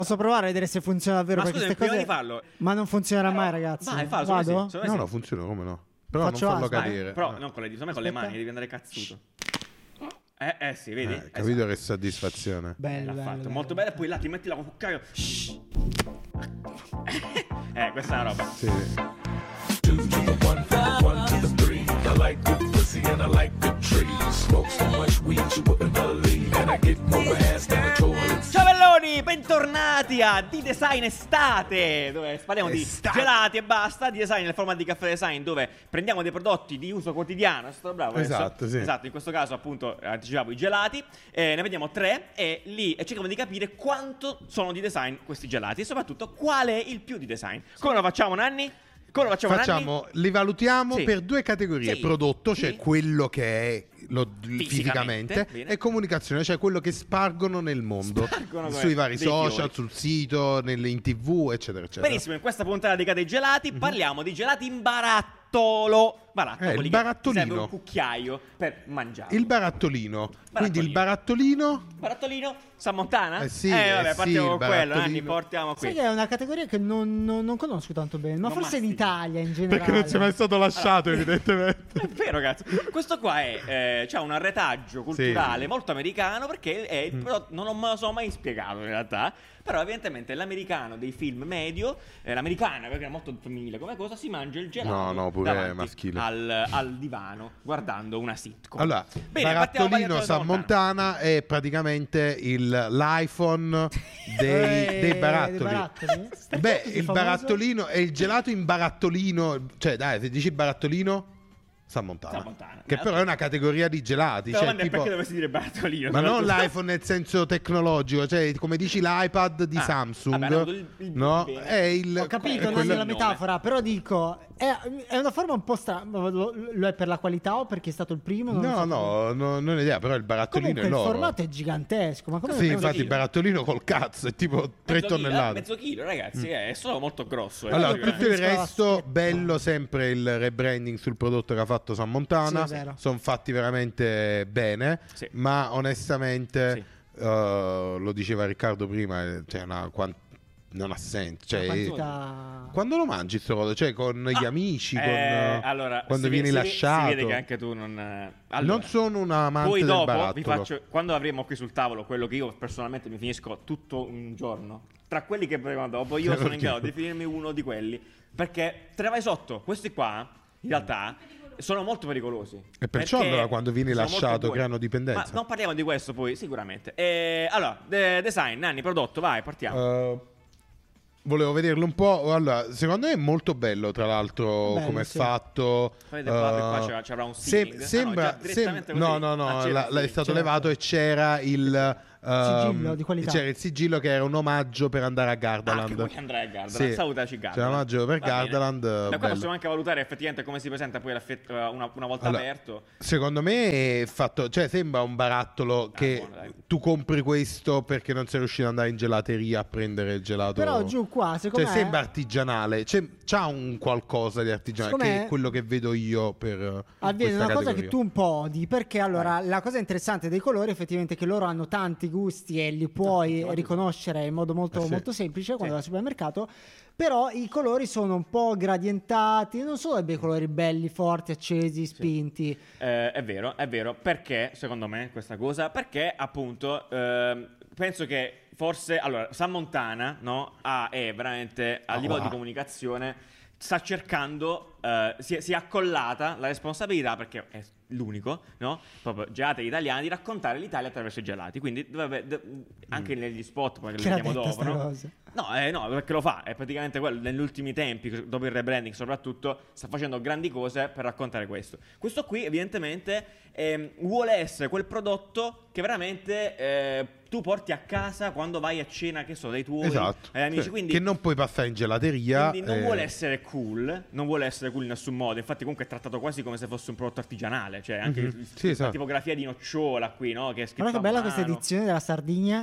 Posso provare a vedere se funziona davvero, Ma perché scusa, queste prima cose... di farlo. Ma non funzionerà mai, ragazzi. Vai, fallo. Vado? No, funziona, come no? Però Faccio non farlo ASMR. cadere. Però non con le dita, con le Aspetta. mani, devi andare cazzuto. Sì, vedi? Capito che soddisfazione. Bello, L'ha bello, fatto, bello. molto bene. E poi là ti metti la cuccaio. Questa è una roba. Sì. Two to the one, one to the three. I like good pussy and I like good trees. Smoke so much weed you wouldn't believe, and I get more ass than a toilet. Ciao belloni, bentornati a D-Design Estate, dove parliamo di gelati e basta. D-Design nel format di Caffè Design, dove prendiamo dei prodotti di uso quotidiano. Sto bravo adesso? Esatto, sì. Esatto, in questo caso appunto anticipavo i gelati, ne vediamo 3 e lì cerchiamo di capire quanto sono di design questi gelati e soprattutto qual è il più di design. Come lo facciamo, Nanni? Come lo facciamo, Nanni? Li valutiamo Sì. per 2 categorie: Sì. prodotto, Sì. cioè quello che è fisicamente, bene. e comunicazione, cioè quello che spargono nel mondo, Spargono come sui vari dei social, fiori. sul sito, in TV, eccetera, eccetera. Benissimo, in questa puntata dedicata ai gelati parliamo di gelati in barattolo. Il quelli barattolino. che ti serve un cucchiaio per mangiare. Il barattolino. Quindi il Barattolino. barattolino. Barattolino? San Montana? Sì, vabbè, sì, partiamo il con quello, barattolino. Nanni, portiamo qui. Sai che è una categoria che non conosco tanto bene, ma Non forse in mastichi. Italia in generale. Perché non si è mai stato lasciato, evidentemente. È vero, cazzo. Questo qua è c'ha un arretaggio culturale molto americano, perché è il prodotto, non me lo sono mai spiegato in realtà. Però evidentemente l'americano dei film medio, l'americana, perché è molto femminile come cosa, si mangia il gelato No, pure davanti maschile. al divano guardando una sitcom. Allora, Bene, partiamo barattolino dal San Montana è praticamente l'iPhone dei barattoli. Perché Beh, è così il famoso? barattolino è il gelato in barattolino, cioè dai, se dici barattolino, San Montana. San Montana. Che però è una categoria di gelati, La cioè domanda è tipo... perché dovresti dire barattolino? Ma non soprattutto. l'iPhone nel senso tecnologico, cioè come dici l'iPad di Samsung, vabbè, hanno il no? bene. È il Ho capito, è non è la il nome. metafora, però dico, è una forma un po' strana. Lo è per la qualità o perché è stato il primo? Non lo so. non ho idea, però il barattolino Comunque è il loro. formato è gigantesco, ma come Sì, lo infatti il chilo. barattolino col cazzo è tipo 3 Mezzo chilo, tonnellate. mezzo chilo, ragazzi, è solo molto grosso. Allora, Io tutto il preferisco la resto, schettina. bello sempre il rebranding sul prodotto che ha fatto San Montana. Sì, è vero. Sono fatti veramente bene, Sì. ma onestamente, Sì. lo diceva Riccardo prima, cioè non ha senso. Cioè, quantità... quando lo mangi sto coso? Cioè con gli amici, allora, quando si vieni vede- lasciato. Si vede che anche tu non... allora, Non sono un amante poi del dopo barattolo. vi faccio, quando avremo qui sul tavolo quello che io personalmente mi finisco tutto un giorno, tra quelli che prenderò dopo, io sono in grado di definirmi uno di quelli, perché te ne vai sotto. Questi qua in realtà sono molto pericolosi, E perciò perché allora quando vieni sono molto lasciato buoni. creano dipendenza. Ma non parliamo di questo poi sicuramente. Allora, design, Nanni, prodotto, vai, partiamo. Volevo vederlo un po'. Allora, secondo me è molto bello, tra l'altro, Bello, come è sì. fatto. Vedete qua c'avrà un sealing. Sembra, già direttamente così. no, Ah, c'era il è stato certo. levato e c'era il Sigillo di qualità. C'era il sigillo che era un omaggio per andare a Ah, Gardaland. che vuoi andare a Gardaland? Sì. Salutaci Gardaland. C'era un omaggio per Va bene. Gardaland. Da qua bello. possiamo anche valutare effettivamente come si presenta poi una volta Allora, aperto. Secondo me è fatto, cioè sembra un barattolo che buono, dai. tu compri questo perché non sei riuscito ad andare in gelateria a prendere il gelato. Però giù qua, secondo Cioè me... sembra artigianale, c'ha un qualcosa di artigianale, Secondo che me è quello che vedo io per avviene questa una cosa categoria. che tu un po' odi, perché allora la cosa interessante dei colori effettivamente è che loro hanno tanti gusti e li puoi riconoscere in modo molto, Sì. molto semplice quando Sì. vai al supermercato, però i colori sono un po' gradientati, non sono dei colori belli, forti, accesi, spinti. È vero, perché secondo me questa cosa? Perché appunto penso che forse allora San Montana, no, è veramente a livello di comunicazione sta cercando, si è accollata la responsabilità, perché è l'unico, no? Proprio gelati italiani, di raccontare l'Italia attraverso i gelati. Quindi anche negli spot, poi che Che li la vediamo detta dopo, sta no? cosa? No, perché lo fa, è praticamente quello. Negli ultimi tempi, dopo il rebranding soprattutto, sta facendo grandi cose per raccontare questo. Questo qui evidentemente vuole essere quel prodotto che veramente tu porti a casa quando vai a cena, che so, dai tuoi amici. Sì, Quindi che non puoi passare in gelateria. quindi non vuole essere cool, non vuole essere cool in nessun modo. Infatti, comunque è trattato quasi come se fosse un prodotto artigianale. Cioè, anche Sì, esatto. la tipografia di nocciola qui, no? Che è scritta Guarda che a bella questa mano. edizione della Sardegna.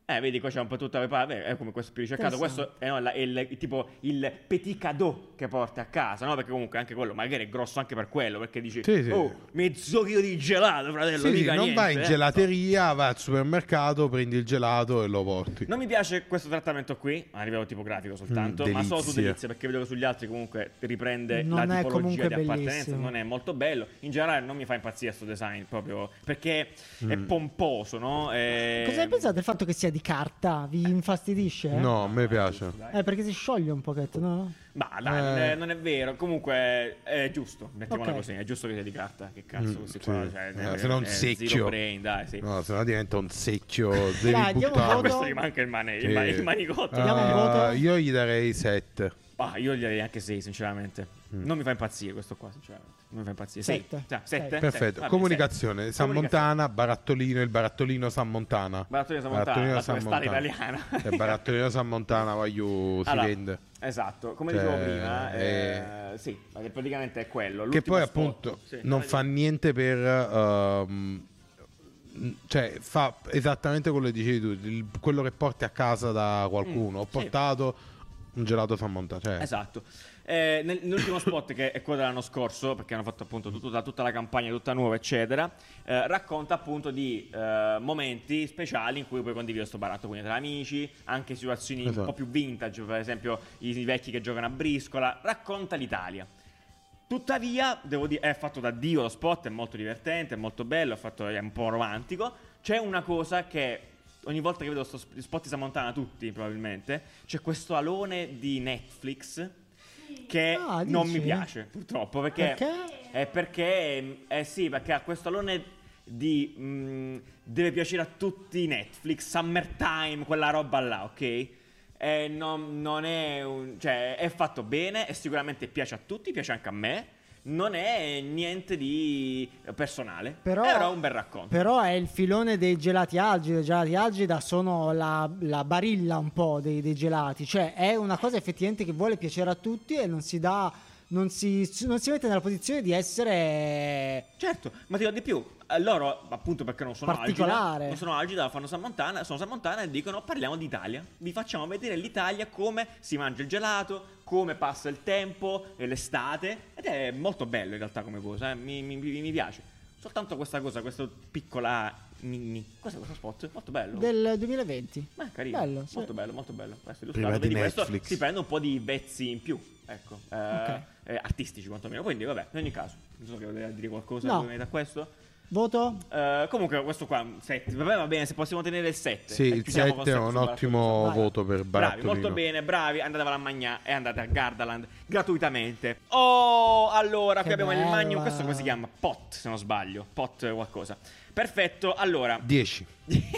Vedi, qua c'è un po' tutta è come questo più ricercato. Questo è tipo il petit cadeau che porti a casa, no? Perché comunque anche quello magari è grosso anche per quello, perché dici mezzo chilo di gelato, fratello, mica non niente, vai in gelateria, vai al supermercato, prendi il gelato e lo porti. Non mi piace questo trattamento qui a livello tipografico soltanto, ma solo su Delizia, perché vedo che sugli altri comunque riprende Non la è tipologia comunque di appartenenza, bellissimo. non è molto bello. In generale non mi fa impazzire questo design proprio perché è pomposo, no? Cosa ne pensate del fatto che sia di carta? Vi infastidisce? No, a me piace. Perché si scioglie un pochetto, no? Ma dai, non è vero. Comunque è giusto, mettiamola Ok. così, è giusto che sia di carta. Che cazzo, questi qua, sì. cioè, Se no un è secchio. zero brain, dai, sì. No, se no diventa un secchio, devi Dai, diamo un buttarlo. voto. Questo gli manca il manicotto. Diamo un voto? Io gli darei 7. Io gli darei anche 6, sinceramente. Non mi fa impazzire questo qua, sinceramente. Non mi fa impazzire. 7. 7? Perfetto. Comunicazione, San Montana, barattolino, il barattolino San Montana. Barattolino San Montana, la sua stata italiana. Il barattolino San Montana, voglio, si Allora, vende. Esatto, come Cioè, dicevo prima, sì, perché praticamente è quello. Che L'ultimo poi spot, appunto sì. non fa niente per... cioè fa esattamente quello che dicevi tu, quello che porti a casa da qualcuno. Ho portato un gelato San Montana. Cioè. Esatto. Nell'ultimo spot, che è quello dell'anno scorso, perché hanno fatto appunto tutta la campagna, tutta nuova, eccetera, racconta appunto di momenti speciali in cui puoi condividere questo baratto, quindi tra amici, anche situazioni un po' più vintage, per esempio i vecchi che giocano a briscola. Racconta l'Italia. Tuttavia, devo dire, è fatto da Dio lo spot, è molto divertente, è molto bello, è un po' romantico. C'è una cosa che ogni volta che vedo sto spot di San Montana, tutti probabilmente, c'è questo alone di Netflix che non mi piace, purtroppo, perché perché ha questo alone di deve piacere a tutti Netflix, Summertime, quella roba là, ok? Non è cioè è fatto bene e sicuramente piace a tutti, piace anche a me. Non è niente di personale, però è un bel racconto. Però è il filone dei gelati Algida. I gelati Algida sono la barilla un po' dei gelati. Cioè è una cosa effettivamente che vuole piacere a tutti e non si mette nella posizione di essere... Certo, ma ti dico di più. Loro, appunto, perché non sono particolare. Algida, fanno San Montana, sono San Montana e dicono: parliamo d'Italia. Vi facciamo vedere l'Italia, come si mangia il gelato, come passa il tempo e l'estate. Ed è molto bello in realtà come cosa, mi piace. Soltanto questa cosa, questa piccola questo spot, molto bello. Del 2020. Carino, bello, sì. molto bello, molto bello. Prima di Netflix. Questo si prende un po' di vezzi in più, ecco, artistici quantomeno. Quindi vabbè, in ogni caso, non so che voleva dire qualcosa da questo. Voto? Comunque questo qua 7. Va bene, se possiamo tenere il 7. Sì, il 7 è un ottimo voto per Barattolino. Bravi, molto bene, bravi. Andatevela a mangiare e andate a Gardaland gratuitamente. Allora, qui abbiamo il Magnum. Questo come si chiama? Pot, se non sbaglio. Pot qualcosa. Perfetto, allora 10.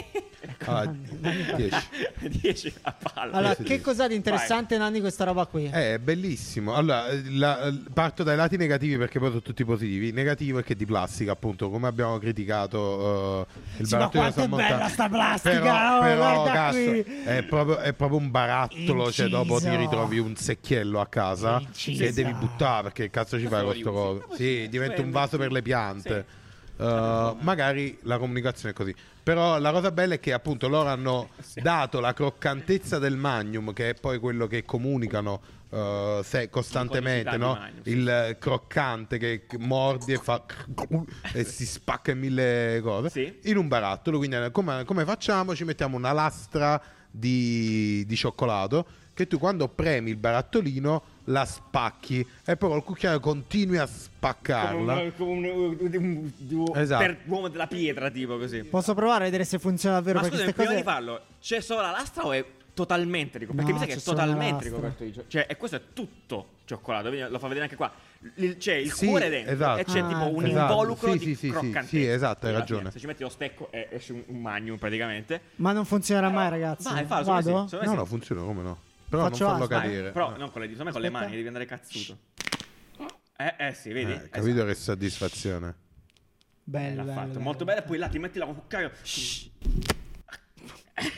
10 a palla. Allora, che cos'ha di interessante, Nanni, questa roba qui? È bellissimo. Allora, parto dai lati negativi perché poi sono tutti positivi. Negativo è che è di plastica, appunto, come abbiamo criticato il barattolo ma quanto è bella sta plastica! Però Guarda cazzo, qui. è proprio un barattolo. Cioè, dopo ti ritrovi un secchiello a casa che devi buttare perché cazzo ci fai con sto coso? Sì, diventa un vaso per le piante. Magari la comunicazione è così. Però la cosa bella è che appunto loro hanno dato la croccantezza del Magnum, che è poi quello che comunicano costantemente, no? Il croccante che mordi e fa e si spacca in mille cose in un barattolo. Quindi come facciamo? Ci mettiamo una lastra di cioccolato che tu quando premi il barattolino la spacchi e poi col cucchiaio continui a spaccarla come un esatto. per uomo della pietra, tipo così. Posso provare a vedere se funziona davvero? Ma perché scusa, queste prima cose... di farlo c'è solo la lastra o è totalmente ricoperto? Perché mi sa che è c'è solo la totalmente lastra. ricoperto di cioccolato. Cioè, e questo è tutto cioccolato. Lo fa vedere anche qua. C'è il Sì, cuore dentro esatto. e c'è tipo un esatto. involucro Sì, di sì, croccantezza. sì, esatto, hai Alla ragione. fine, se ci metti lo stecco esce un Magnum praticamente. Ma non funzionerà mai, ragazzi. Vai, fallo. Vado? No, funziona come no. Però Faccio non farlo asta. cadere. Però non con le dita, con le mani, devi andare cazzuto. Sì, vedi? Capito Esatto. che soddisfazione. Bello, L'ha bello, fatto bello. molto bene. Poi là ti metti la cucchiaio.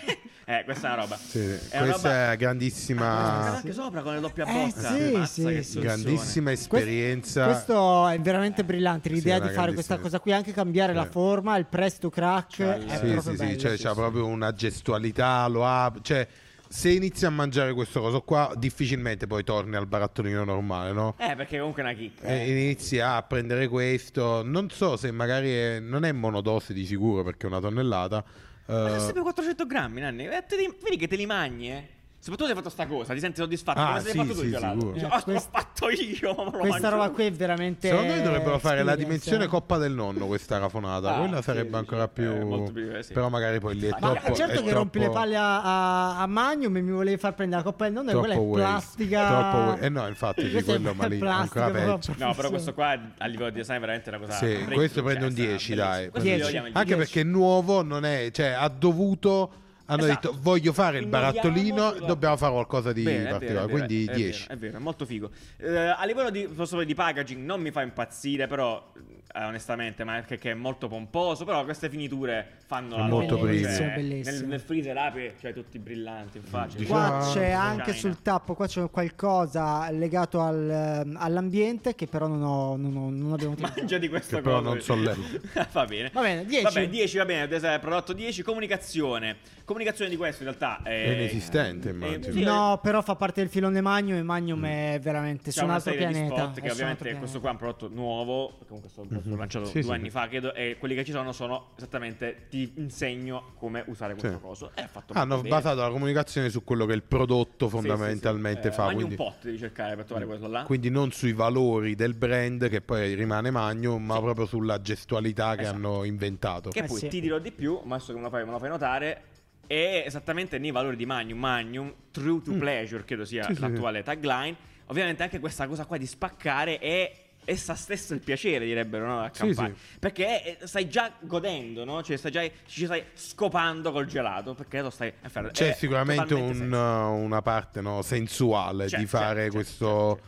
Questa è una roba. Sì, È questa una roba... è grandissima. anche sopra con le doppia bocca. Sì. Grandissima esperienza. Questo è veramente brillante, l'idea Sì, di fare questa grandissima. cosa qui, anche cambiare la forma, il press to crack è proprio bello. Cioè, c'ha proprio una gestualità, cioè se inizi a mangiare questo coso qua, difficilmente poi torni al barattolino normale, no? Perché comunque è una chicca. Inizi a prendere questo, non so se magari non è monodose di sicuro perché è una tonnellata. Ma sono sempre 400 grammi, Nanni. Vedi che te li mangi, Soprattutto se hai fatto sta cosa, ti senti soddisfatto. Come se hai fatto tu il gelato. sicuro. L'ho fatto io. Questa roba qui è veramente. Secondo me dovrebbero fare la experience, dimensione Coppa del Nonno questa rafonata. Quella sarebbe ancora più. molto più sì. Però magari poi lì è Ma troppo. certo è che rompi le troppo- palle a Magnum e mi volevi far prendere la Coppa del Nonno e quella è Troppo waste. plastica. Troppo waste. No, infatti sì, Questa è quello ma lì plastica, ancora proprio peggio. No, però questo qua a livello di design è veramente una cosa. Sì, breakthrough, questo prende un cioè, 10, sarà dai. bellissimo. Questo 10. lo diamo il Anche 10. perché nuovo non è, cioè ha dovuto. Hanno Esatto. detto voglio fare il Innoviamo barattolino, sulla- dobbiamo fare qualcosa di Bene, è particolare, vero, quindi è 10. Vero, è molto figo. A livello di packaging non mi fa impazzire, però onestamente, ma perché è molto pomposo, però queste finiture fanno la molto loro, primo. cioè, Bellissimo. nel freezer apri, cioè tutti brillanti in faccia. Diciamo- Qua c'è anche China. sul tappo, qua c'è qualcosa legato all'ambiente che però non abbiamo utilizzato. Mangia di questa Che cosa. però non solleva. Va bene. Va bene, 10. Vabbè, 10 va bene, prodotto 10. Comunicazione di questo in realtà È inesistente, immagino. sì, No, però fa parte del filone Magnum e Magnum è veramente c'è su un una altro serie di pianeta. spot è che su un altro ovviamente questo pianeta. qua è un prodotto nuovo, comunque stato lanciato Sì, 2 sì. anni fa credo, e quelli che ci sono esattamente ti insegno come usare questo Sì. coso. È fatto Hanno molto bene. basato la comunicazione su quello che il prodotto Sì, fondamentalmente sì. fa. Magnum Quindi, Pot devi cercare per trovare quello là. quindi non sui valori del brand che poi rimane Magnum, ma proprio sulla gestualità che Esatto. hanno inventato. Che poi sì. ti dirò di più, ma adesso che me lo fai notare, è esattamente nei valori di Magnum, True to Pleasure, credo sia Sì, sì, l'attuale tagline. Ovviamente anche questa cosa qua di spaccare è essa stessa il piacere, direbbero, no? A Sì, campare. sì. Perché stai già godendo, no? Cioè ci stai scopando col gelato, perché lo stai a fare. C'è è sicuramente totalmente sensuale. una parte sensuale C'è, di fare c'è, questo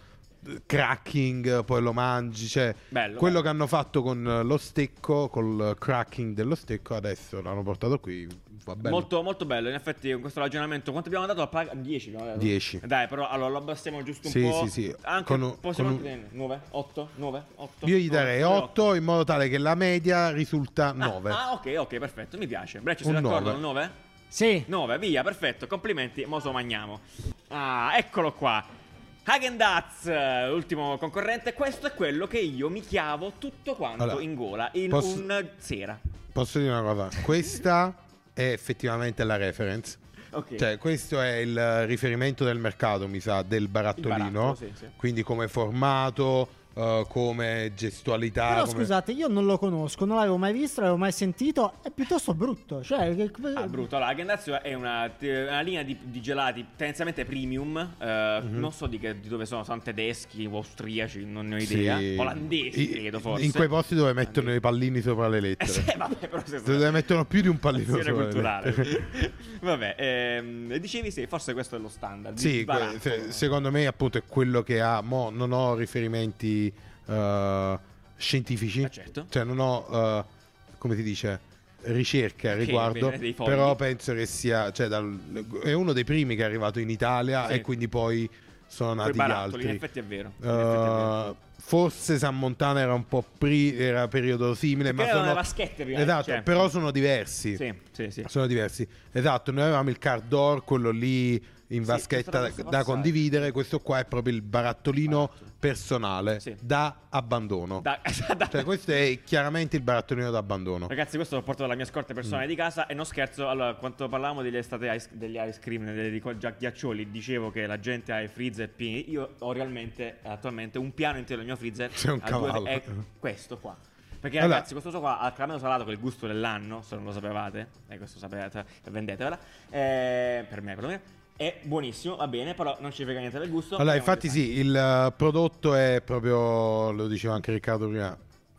cracking, poi lo mangi. Cioè, Bello, quello bello. che hanno fatto con lo stecco, col cracking dello stecco, adesso l'hanno portato qui. Va bello. Molto, molto bello. In effetti, con questo ragionamento, quanto abbiamo dato? 10 abbiamo dato? 10. Dai, però allora lo abbassiamo giusto un Sì, po'. sì, sì. Anche Con possiamo un- anche 9, 8, 9, 8. Io gli darei 8 in modo tale che la media risulta 9. Ok, perfetto, mi piace. Breccia, sei Un d'accordo 9. con 9? Sì. 9, via, perfetto, complimenti, mo lo mangiamo. Ah, eccolo qua. Häagen-Dazs, l'ultimo concorrente. Questo è quello che io mi chiavo tutto quanto Allora, in gola in posso- un sera. Posso dire una cosa? Questa è effettivamente la reference. Ok. Cioè, questo è il riferimento del mercato, mi sa, del barattolino. Il barattolo, sì. Quindi come formato, come gestualità. Però come... scusate, io non lo conosco, non l'avevo mai visto, non l'avevo mai sentito, è piuttosto brutto. Cioè, Brutto. Allora, Häagen-Dazs è una linea di gelati tendenzialmente premium. Non so di dove sono tedeschi o austriaci, non ne ho idea. Sì. Olandesi, credo forse. In quei posti dove mettono i pallini sopra le lettere. Vabbè, però se Dove mettono più di un pallino azione sopra culturale. le lettere. Vabbè, dicevi sì, forse questo è lo standard. Sì, di barattolo. secondo me appunto è quello che ha. Mo non ho riferimenti scientifici. Certo. Cioè non ho, come si dice, ricerche a Ok, riguardo. bene, dei fogli. Però penso che sia, cioè, è uno dei primi che è arrivato in Italia Sì. e quindi poi sono Quei nati gli barattoli, altri. in effetti è vero. In effetti è vero. Forse San Montana era un po' era periodo simile, Perché ma erano sono le vaschette prima, esatto, cioè. però sono diversi. Sì. Sono diversi. Esatto, noi avevamo il car door, quello lì in Sì, vaschetta questo da, lo posso da passare. condividere. Questo qua è proprio il barattolino personale Sì. da abbandono. Cioè, questo è chiaramente il barattolino da abbandono. Ragazzi, questo l'ho portato dalla mia scorta personale di casa e non scherzo. Allora, quando parlavamo degli ice cream, dei ghiaccioli, dicevo che la gente ha i freezer pieni. Io ho realmente attualmente un piano intero del mio freezer. C'è un cavallo. È questo qua. Perché Allora- ragazzi, questo qua al caramello salato, che è il gusto dell'anno, se non lo sapevate, questo sapete, vendetevela, per me perlomeno, è buonissimo, va bene, però non ci frega niente del gusto. Allora, Abbiamo infatti, sì, il prodotto è proprio, lo diceva anche Riccardo prima,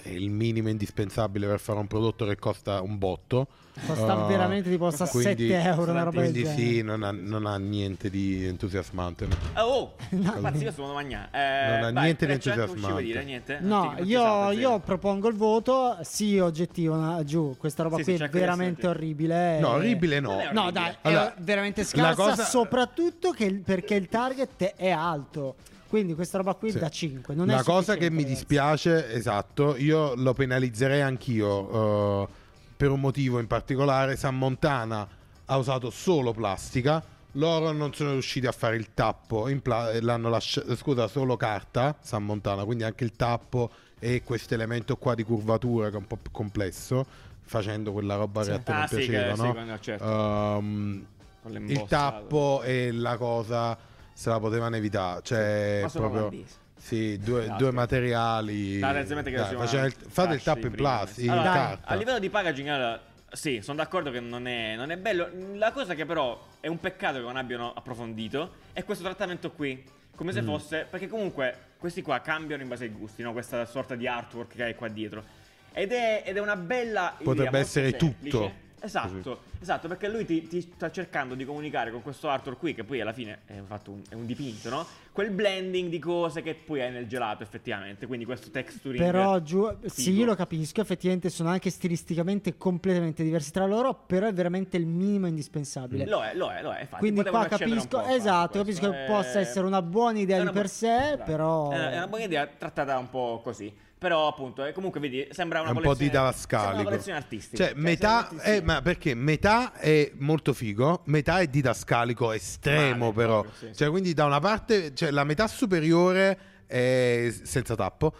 è il minimo indispensabile per fare un prodotto che costa un botto. Costa veramente tipo costa 7 euro, una roba del quindi genere. sì, non ha niente di entusiasmante. Infatti io sono mangiare. Non ha niente di entusiasmante. Vuoi dire niente? No, io propongo il voto. Sì, oggettivo, giù. Questa roba Sì, qui sì, è veramente orribile. No, orribile no. No, dai, Allora, è veramente scarsa, cosa- soprattutto perché il target è alto. Quindi questa roba qui Sì. da 5. Non è la cosa che sufficiente, mi ragazzi. dispiace, esatto, io lo penalizzerei anch'io per un motivo in particolare. San Montana ha usato solo plastica, loro non sono riusciti a fare il tappo, l'hanno lasciato solo carta San Montana, quindi anche il tappo e questo elemento qua di curvatura che è un po' più complesso, facendo quella roba che a te non sì, piaceva, no? certo. Il l'embossato. tappo e la cosa se la potevano evitare, cioè Ma sono proprio olandesi. sì, due materiali. Fate il tappo in plastica, in allora, carta. a livello di packaging, allora, sì, sono d'accordo che non è bello. La cosa che però è un peccato che non abbiano approfondito è questo trattamento qui, come se fosse, perché comunque questi qua cambiano in base ai gusti, no? Questa sorta di artwork che hai qua dietro. Ed è una bella idea, Potrebbe molto essere semplice. tutto. Esatto, perché lui ti sta cercando di comunicare con questo artwork qui, che poi alla fine è un dipinto, no? Quel blending di cose che poi hai nel gelato effettivamente, quindi questo texturing. Però sì, figo. lo capisco, effettivamente sono anche stilisticamente completamente diversi tra loro, però è veramente il minimo indispensabile. Lo è, infatti. Quindi qua potevano accedere un capisco, po' a fare esatto, questo. capisco che possa essere una buona idea è di una per sé, bravo. però È una buona idea trattata un po' così. Però appunto, comunque vedi, sembra una È un po' collezione. didascalico. Sembra una collezione artistica. Cioè, metà ma perché metà è molto figo, metà è didascalico estremo, Male, però. proprio, sì. Cioè, quindi da una parte, cioè, la metà superiore è senza tappo,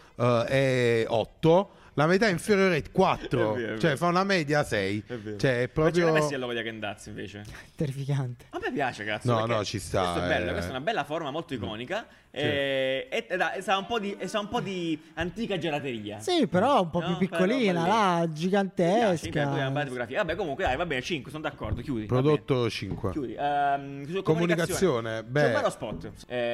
è 8. La metà inferiore è 4, È vero, è cioè vero. fa una media 6. È vero. Cioè, è Ma ce proprio. l'hai messi al logo di Agendaz invece? terrificante. A me piace, cazzo. No, perché no, ci sta, Questo è bello, questa è una bella forma molto iconica. E sa un po' di antica gelateria. Sì, però un po' No, più quella roba piccolina, lì. là, Mi piace, gigantesca. poi è una bella fotografia. Vabbè, comunque, dai, va bene, 5, sono d'accordo. Chiudi. va Prodotto 5. bene. Chiudi. Su Comunicazione, C'è beh. un bello spot.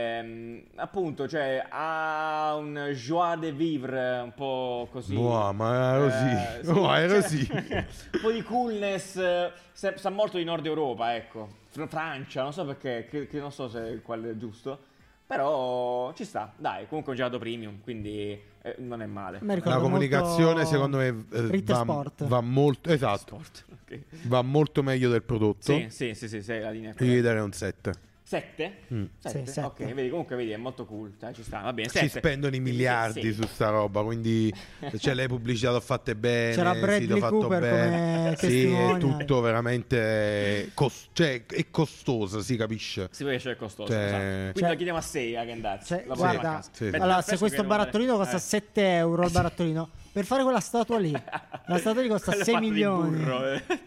Appunto, cioè, ha un joie de vivre un po' così. Boh, ma è così. Sì, Oh, è cioè, così. un po' di coolness. Sa molto di Nord Europa, ecco. Francia, non so perché, che non so se qual è giusto. Però ci sta, dai, comunque è un gelato premium, quindi non è male. Mi ricorda La comunicazione molto secondo me Ritter Sport. va molto, esatto, Ok. va molto meglio del prodotto. Sì, la linea. Io gli darei un 7. 7? Sì, sette. Ok, comunque vedi, è molto cool, ci sta, va bene. Ci 7. spendono i miliardi Sì. su sta roba, quindi cioè, le pubblicità sono fatte bene, C'era il sito Bradley fatto Cooper bene. come Sì, è testimonial. tutto veramente cioè, è costoso, si capisce. Si vede che è costoso, Cioè- esatto. Quindi Cioè- lo chiediamo a 6 a Gandazzi. Cioè, La portiamo a guarda, casa. Sì. Mentre allora, il se prezzo questo che barattolino costa 7 euro il barattolino, per fare quella statua lì, la statua lì costa Quello 6 fatto di milioni. burro,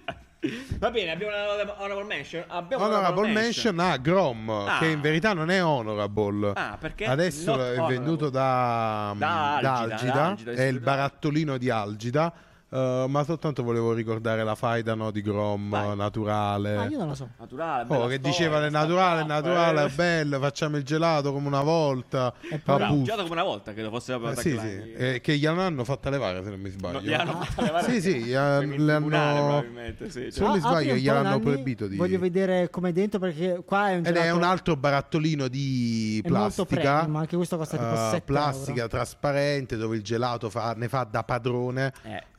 Va bene, abbiamo una honorable mention. Abbiamo una Honorable mention a Grom, Ah. che in verità non è honorable. Ah, perché? Adesso Not è honorable. venduto da Algida, Algida, è il barattolino di Algida. Ma soltanto volevo ricordare la faida, no, di Grom, Vai. naturale. Ah, io non lo so. Naturale, Oh, bella che storia, diceva sta naturale, tappa, è bello, facciamo il gelato come una volta. E Fa poi- buff. Gelato come una volta, credo fosse proprio Sì, tagline. sì, che glielo hanno fatta levare se non mi sbaglio. No, gli hanno fatto levare. Sì, sì, Poi in le tribunale, hanno. probabilmente, sì. Se non mi apri sbaglio, un po' gliel'hanno Nanni, proibito di. Voglio vedere com'è dentro perché qua è un Ed gelato. è un altro barattolino di È molto plastica, premium, anche questo costa tipo 7 plastica euro. trasparente dove il gelato ne fa da padrone.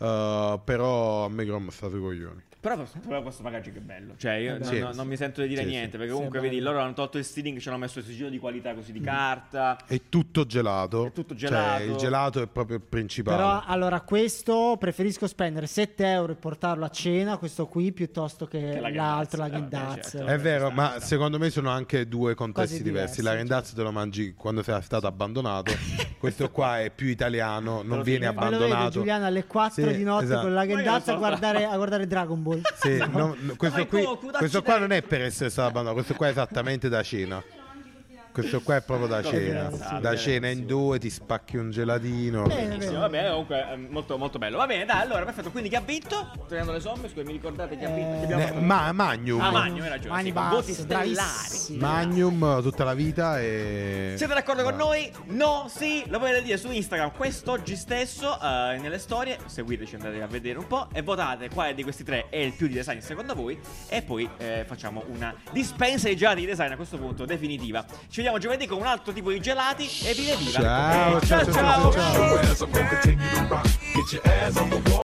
Però a me Grom sta sui coglioni. Però questo packaging è bello. Cioè, io bello. Sì. non mi sento di dire Sì, niente. sì. Perché Sì, comunque, è vedi, bello. loro hanno tolto il sealing, ci hanno messo il sigillo di qualità così di carta. È tutto gelato. È tutto gelato. Cioè, il gelato è proprio il principale. Però allora questo preferisco spendere 7 euro e portarlo a cena, questo qui, piuttosto che la l'altro, la Gandazzi, Gandazzi. certo. È vero, Sta- ma sta. secondo me sono anche due contesti Cose diversi. diverse, La Rendazzo te lo mangi quando sei stato abbandonato. Questo qua è più italiano, non lo viene fini. Me lo vede abbandonato. Giuliano alle 4 Sì, di notte esatto. con la Ma io Gandazzi non so, a guardare Dragon Ball. Sì, questo, Ma qui, Goku, dacci questo qua dentro. non è per essere stato abbandonato, questo qua è esattamente da cena. Questo qua è proprio da cena. Grazie. Da cena in due ti spacchi un gelatino. Benissimo, va bene, comunque molto molto bello. Va bene, dai, allora perfetto. Quindi chi ha vinto? Togliendo le somme, scusa, mi ricordate chi ha vinto? Chi abbiamo... Magnum. Magnum, hai ragione. Mani Sì, con voti basse, stellari. bravissimi. Magnum tutta la vita e... Siete d'accordo con noi? No, sì, lo potete dire su Instagram quest'oggi stesso, nelle storie, seguiteci, andate a vedere un po' e votate quale di questi tre è il più di design secondo voi e poi facciamo una dispensa di gelati di design a questo punto definitiva. Ci vediamo giovedì con un altro tipo di gelati e viva! Ciao, ciao, ciao, ciao, ciao. Your ass, I'm gonna continue to rock. Get your ass on the wall.